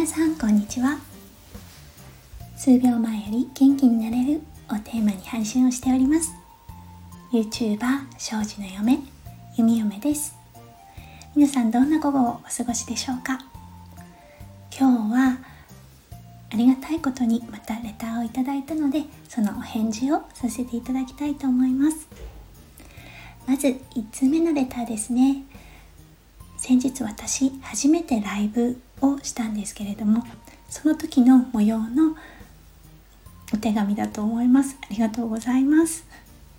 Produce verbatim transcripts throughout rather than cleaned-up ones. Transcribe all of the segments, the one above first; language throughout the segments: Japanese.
皆さんこんにちは。数秒前より元気になれるをテーマに配信をしております YouTuber 庄司の嫁ゆみ嫁です。皆さんどんな午後をお過ごしでしょうか。今日はありがたいことにまたレターをいただいたので、そのお返事をさせていただきたいと思います。まずいちつうめのレターですね。先日私初めてライブをしたんですけれども、その時の模様のお手紙だと思います。ありがとうございます。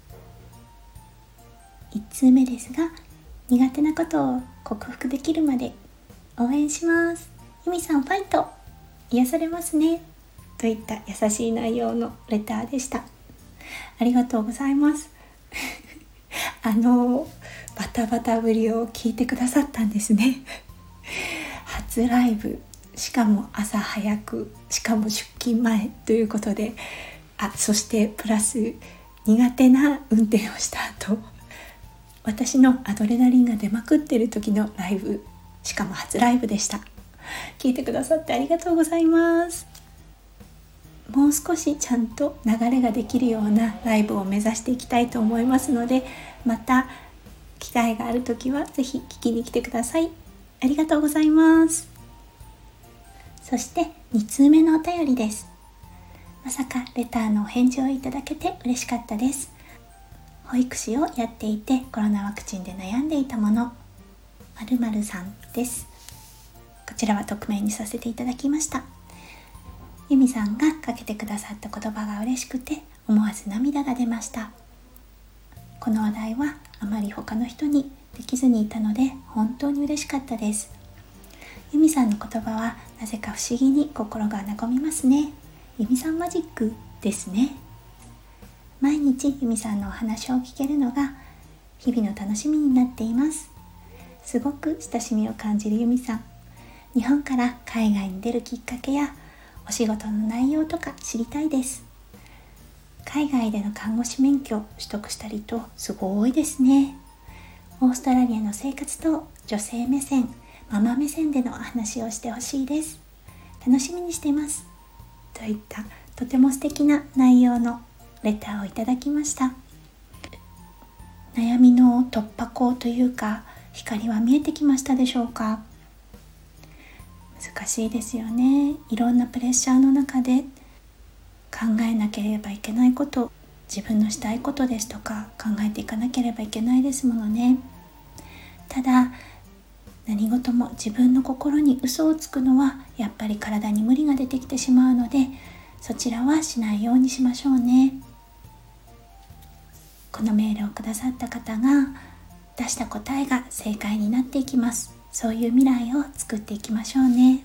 いちつうめですが、苦手なことを克服できるまで応援します。ゆみさんファイト、癒されますね、といった優しい内容のレターでした。ありがとうございます。あのバタバタぶりを聞いてくださったんですね。初ライブ、しかも朝早く、しかも出勤前ということで、あそしてプラス苦手な運転をした後、私のアドレナリンが出まくってる時のライブ、しかも初ライブでした。聞いてくださってありがとうございます。もう少しちゃんと流れができるようなライブを目指していきたいと思いますので、また機会があるときはぜひ聞きに来てください。ありがとうございます。そしてにつうめのお便りです。まさかレターのお返事をいただけて嬉しかったです。保育士をやっていてコロナワクチンで悩んでいたもの、〇〇さんです。こちらは匿名にさせていただきました。ゆみさんがかけてくださった言葉が嬉しくて思わず涙が出ました。この話題はあまり他の人にできずにいたので本当に嬉しかったです。ゆみさんの言葉はなぜか不思議に心が和みますね。ゆみさんマジックですね。毎日ゆみさんのお話を聞けるのが日々の楽しみになっています。すごく親しみを感じるゆみさん。日本から海外に出るきっかけやお仕事の内容とか知りたいです。海外での看護師免許を取得したりとすごいですね。オーストラリアの生活と女性目線、ママ目線でのお話をしてほしいです。楽しみにしています。といったとても素敵な内容のレターをいただきました。悩みの突破口というか光は見えてきましたでしょうか。難しいですよね。いろんなプレッシャーの中で考えなければいけないこと、自分のしたいことですとか考えていかなければいけないですものね。ただ何事も自分の心に嘘をつくのはやっぱり体に無理が出てきてしまうので、そちらはしないようにしましょうね。このメールをくださった方が出した答えが正解になっていきます。そういう未来を作っていきましょうね。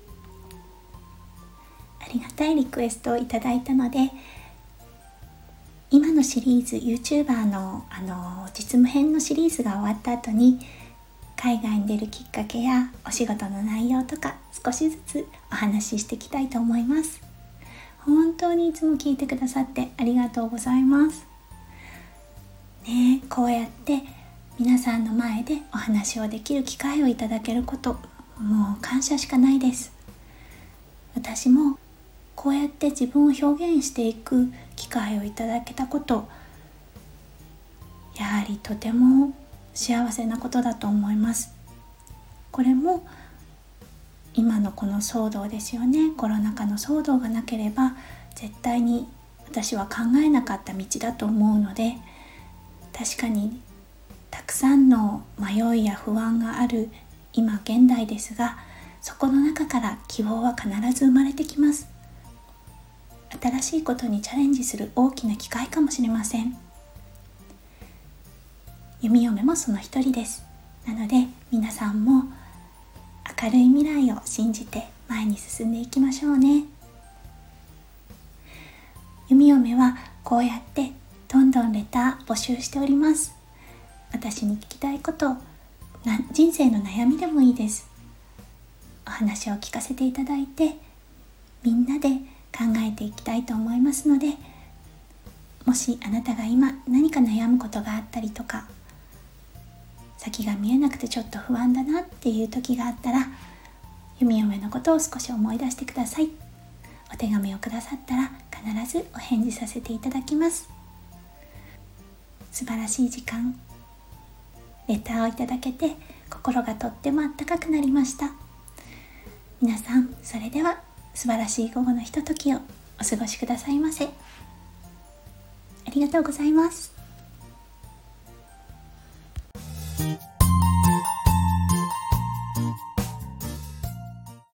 ありがたいリクエストをいただいたので、今のシリーズ YouTuber の、あの実務編のシリーズが終わった後に海外に出るきっかけやお仕事の内容とか少しずつお話ししていきたいと思います。本当にいつも聞いてくださってありがとうございますね。こうやって皆さんの前でお話をできる機会をいただけること、もう感謝しかないです。私もこうやって自分を表現していく機会をいただけたこと、やはりとても幸せなことだと思います。これも今のこの騒動ですよね。コロナ禍の騒動がなければ絶対に私は考えなかった道だと思うので、確かにたくさんの迷いや不安がある今現代ですが、そこの中から希望は必ず生まれてきます。新しいことにチャレンジする大きな機会かもしれません。ゆみ嫁もその一人です。なので皆さんも明るい未来を信じて前に進んでいきましょうね。ゆみ嫁はこうやってどんどんレター募集しております。私に聞きたいこと、な人生の悩みでもいいです。お話を聞かせていただいて、みんなで考えていきたいと思いますので、もしあなたが今何か悩むことがあったりとか、先が見えなくてちょっと不安だなっていう時があったら、 弓嫁のことを少し思い出してください。お手紙をくださったら必ずお返事させていただきます。素晴らしい時間、レターをいただけて心がとってもあったかくなりました。皆さん、それでは素晴らしい午後のひとときをお過ごしくださいませ。ありがとうございます。